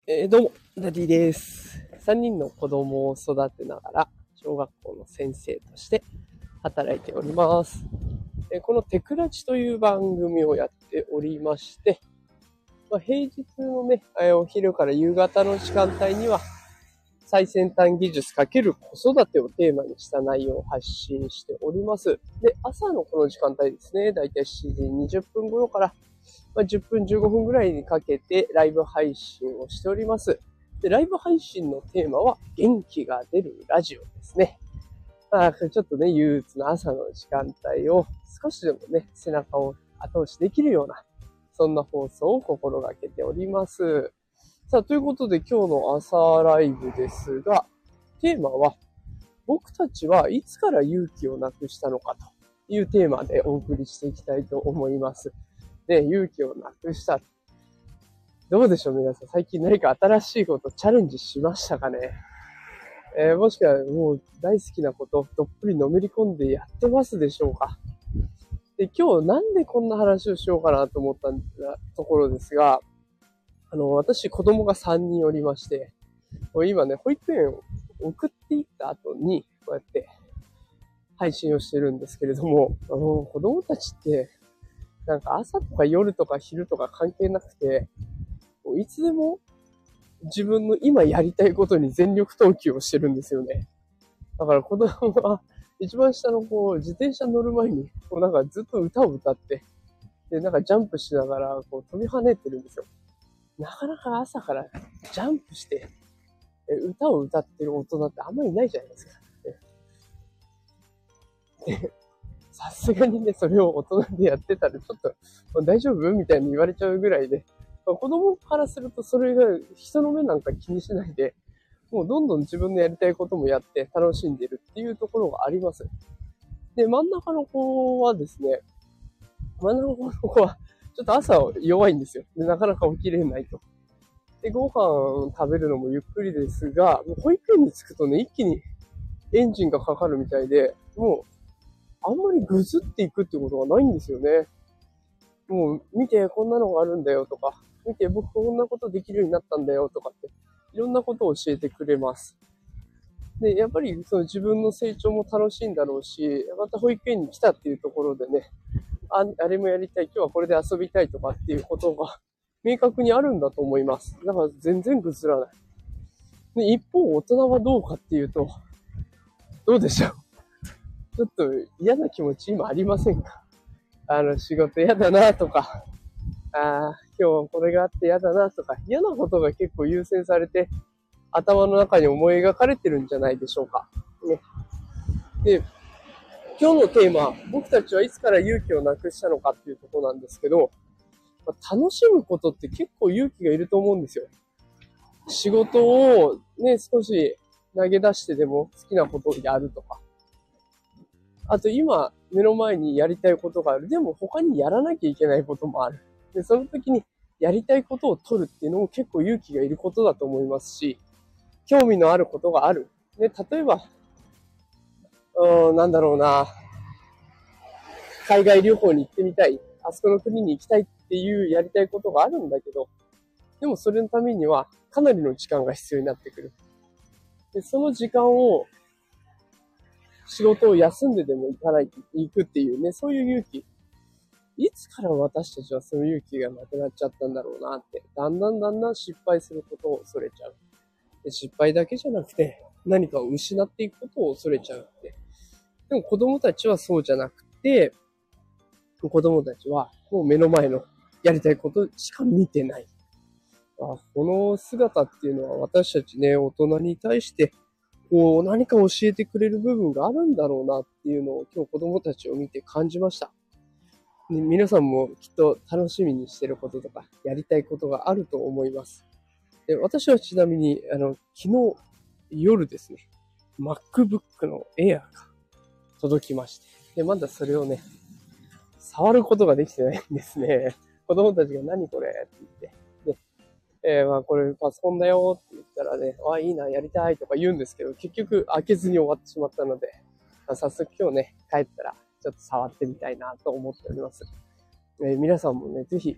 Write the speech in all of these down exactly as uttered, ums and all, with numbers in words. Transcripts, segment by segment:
えー、どうも、ダディです。さんにんの子供を育てながら、小学校の先生として働いております。えー、このテクラジという番組をやっておりまして、まあ、平日のね、お昼から夕方の時間帯には、最先端技術×子育てをテーマにした内容を発信しております。で、朝のこの時間帯ですね、だいたいしちじにじゅっぷん頃から、まあ、じゅっぷんじゅうごふんぐらいにかけてライブ配信をしております。で、ライブ配信のテーマは元気が出るラジオですね。まあ、ちょっとね、憂鬱な朝の時間帯を少しでもね、背中を後押しできるような、そんな放送を心がけております。さあ、ということで今日の朝ライブですが、テーマは、僕たちはいつから勇気をなくしたのかというテーマでお送りしていきたいと思います。で、勇気をなくした。どうでしょう皆さん、最近何か新しいことチャレンジしましたかね。えー、もしくはもう大好きなことどっぷりのめり込んでやってますでしょうか。で、今日なんでこんな話をしようかなと思ったところですが、あの、私子供がさんにんおりまして、今ね、保育園を送っていった後に、こうやって配信をしてるんですけれども、あの、子供たちって、なんか朝とか夜とか昼とか関係なくて、いつでも自分の今やりたいことに全力投球をしてるんですよね。だから子供は一番下の子、自転車乗る前に、こうなんかずっと歌を歌って、で、なんかジャンプしながらこう飛び跳ねてるんですよ。なかなか朝からジャンプして、歌を歌ってる大人ってあんまりいないじゃないですか。でさすがにね、それを大人でやってたらちょっと大丈夫みたいに言われちゃうぐらいで、子供からするとそれが人の目なんか気にしないで、もうどんどん自分のやりたいこともやって楽しんでるっていうところがあります。で、真ん中の子はですね、真ん中の子はちょっと朝弱いんですよ。で、なかなか起きれないと。で、ご飯食べるのもゆっくりですが、もう保育園に着くとね、一気にエンジンがかかるみたいで、もうあんまりぐずっていくってことがないんですよね。もう見てこんなのがあるんだよとか、見て僕こんなことできるようになったんだよとかって、いろんなことを教えてくれます。で、やっぱりその自分の成長も楽しいんだろうし、また保育園に来たっていうところでね、あ、あれもやりたい、今日はこれで遊びたいとかっていうことが明確にあるんだと思います。だから全然ぐずらない。で、一方大人はどうかっていうと、どうでしょう。ちょっと嫌な気持ち今ありませんか？あの、仕事嫌だなとか、ああ、今日これがあって嫌だなとか、嫌なことが結構優先されて、頭の中に思い描かれてるんじゃないでしょうか。ね。で、今日のテーマ、僕たちはいつから勇気をなくしたのかっていうところなんですけど、楽しむことって結構勇気がいると思うんですよ。仕事をね、少し投げ出してでも好きなことをやるとか。あと今、目の前にやりたいことがある。でも他にやらなきゃいけないこともある。で、その時にやりたいことを取るっていうのも結構勇気がいることだと思いますし、興味のあることがある。で、例えば、うーん、なんだろうな、海外旅行に行ってみたい。あそこの国に行きたいっていうやりたいことがあるんだけど、でもそれのためにはかなりの時間が必要になってくる。で、その時間を仕事を休んででも行かないと行くっていうね、そういう勇気。いつから私たちはその勇気がなくなっちゃったんだろうなって、だんだんだんだん失敗することを恐れちゃう。で、失敗だけじゃなくて、何かを失っていくことを恐れちゃうって。でも子供たちはそうじゃなくて、子供たちはもう目の前のやりたいことしか見てない。あ、この姿っていうのは私たちね、大人に対して、こう何か教えてくれる部分があるんだろうなっていうのを今日子供たちを見て感じました。で、皆さんもきっと楽しみにしてることとか、やりたいことがあると思います。で、私はちなみに、あの、昨日夜ですね、MacBook の Air が届きまして、で、まだそれをね、触ることができてないんですね。子供たちが何これって言って、で、えー、まあこれパソコンだよって言ったらね、あ、いいな、やりたいとか言うんですけど、結局開けずに終わってしまったので、まあ、早速今日ね、帰ったらちょっと触ってみたいなと思っております。えー、皆さんもね、ぜひ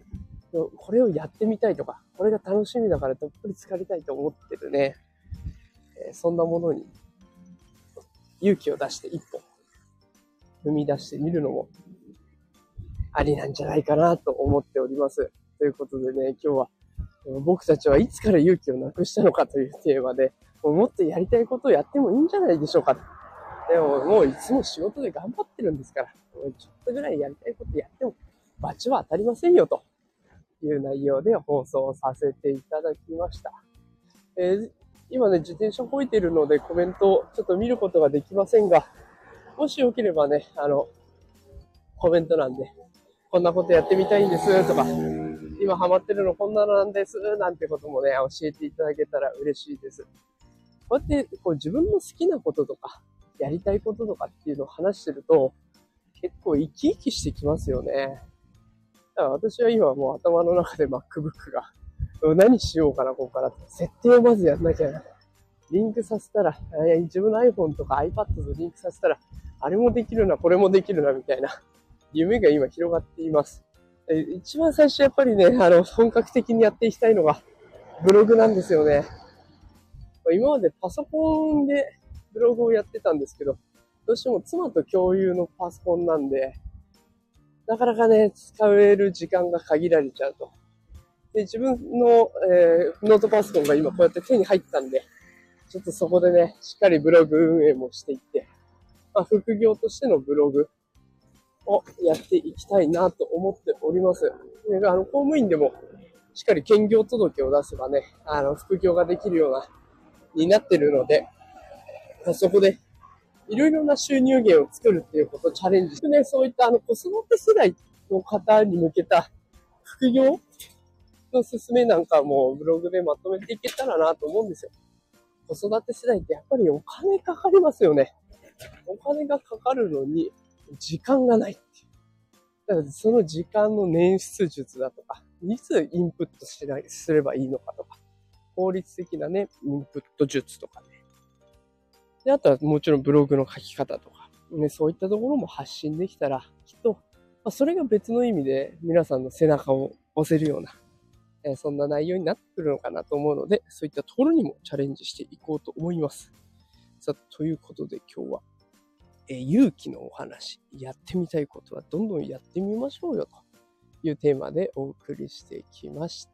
これをやってみたいとか、これが楽しみだからどっぷり浸かりたいと思ってるね、えー、そんなものに勇気を出して一歩踏み出してみるのもありなんじゃないかなと思っております。ということでね、今日は僕たちはいつから勇気をなくしたのかというテーマで、もっとやりたいことをやってもいいんじゃないでしょうか。でももういつも仕事で頑張ってるんですから、ちょっとぐらいやりたいことやっても罰は当たりませんよという内容で放送させていただきました。えー、今ね、自転車こいてるのでコメントちょっと見ることができませんが、もしよければね、あの、コメント欄で、こんなことやってみたいんですとか、今ハマってるのこんなのなんですなんてこともね、教えていただけたら嬉しいです。こうやってこう自分の好きなこととか、やりたいこととかっていうのを話してると、結構生き生きしてきますよね。だから私は今もう頭の中で MacBook が、何しようかな、ここから。設定をまずやんなきゃな。リンクさせたら、自分の iPhone とか iPad とリンクさせたら、あれもできるな、これもできるな、みたいな夢が今広がっています。一番最初やっぱりね、あの、本格的にやっていきたいのが、ブログなんですよね。今までパソコンでブログをやってたんですけど、どうしても妻と共有のパソコンなんで、なかなかね、使える時間が限られちゃうと。で、自分の、えー、ノートパソコンが今こうやって手に入ったんで、ちょっとそこでね、しっかりブログ運営もしていって、まあ、副業としてのブログをやっていきたいなと思っております。で、あの、公務員でもしっかり兼業届を出せばね、あの、副業ができるような、になってるので、そこでいろいろな収入源を作るっていうことをチャレンジしてね、そういったあの子育て世代の方に向けた副業の勧めなんかもブログでまとめていけたらなと思うんですよ。子育て世代ってやっぱりお金かかりますよね。お金がかかるのに時間がないっていう。だからその時間の捻出術だとか、いつインプットしないすればいいのかとか、効率的なね、インプット術とかね。で、あとはもちろんブログの書き方とか、ね、そういったところも発信できたら、きっと、まあ、それが別の意味で皆さんの背中を押せるような、えー、そんな内容になってくるのかなと思うので、そういったところにもチャレンジしていこうと思います。さあ、ということで今日は、えー、勇気のお話、やってみたいことはどんどんやってみましょうよというテーマでお送りしてきました。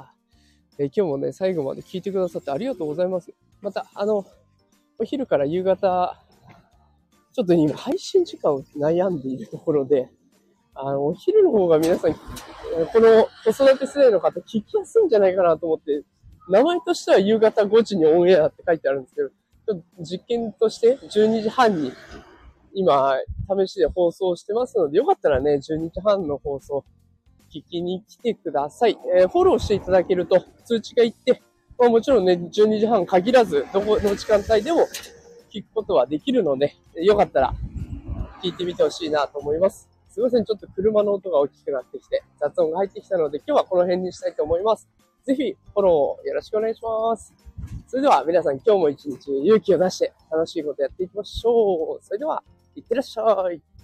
えー、今日もね、最後まで聞いてくださってありがとうございます。また、あの、お昼から夕方、ちょっと今配信時間を悩んでいるところで、あの、お昼の方が皆さん、この子育て世代の方聞きやすいんじゃないかなと思って、名前としては夕方ごじにオンエアって書いてあるんですけど、ちょっと実験としてじゅうにじはんに今試しで放送してますので、よかったらね、じゅうにじはんの放送聞きに来てください。えー、フォローしていただけると通知がいって、まあ、もちろんね、じゅうにじはん限らず、どこの時間帯でも聞くことはできるので、よかったら聞いてみてほしいなと思います。すいません、ちょっと車の音が大きくなってきて、雑音が入ってきたので、今日はこの辺にしたいと思います。ぜひ、フォローよろしくお願いします。それでは皆さん、今日も一日勇気を出して楽しいことやっていきましょう。それでは、いってらっしゃい。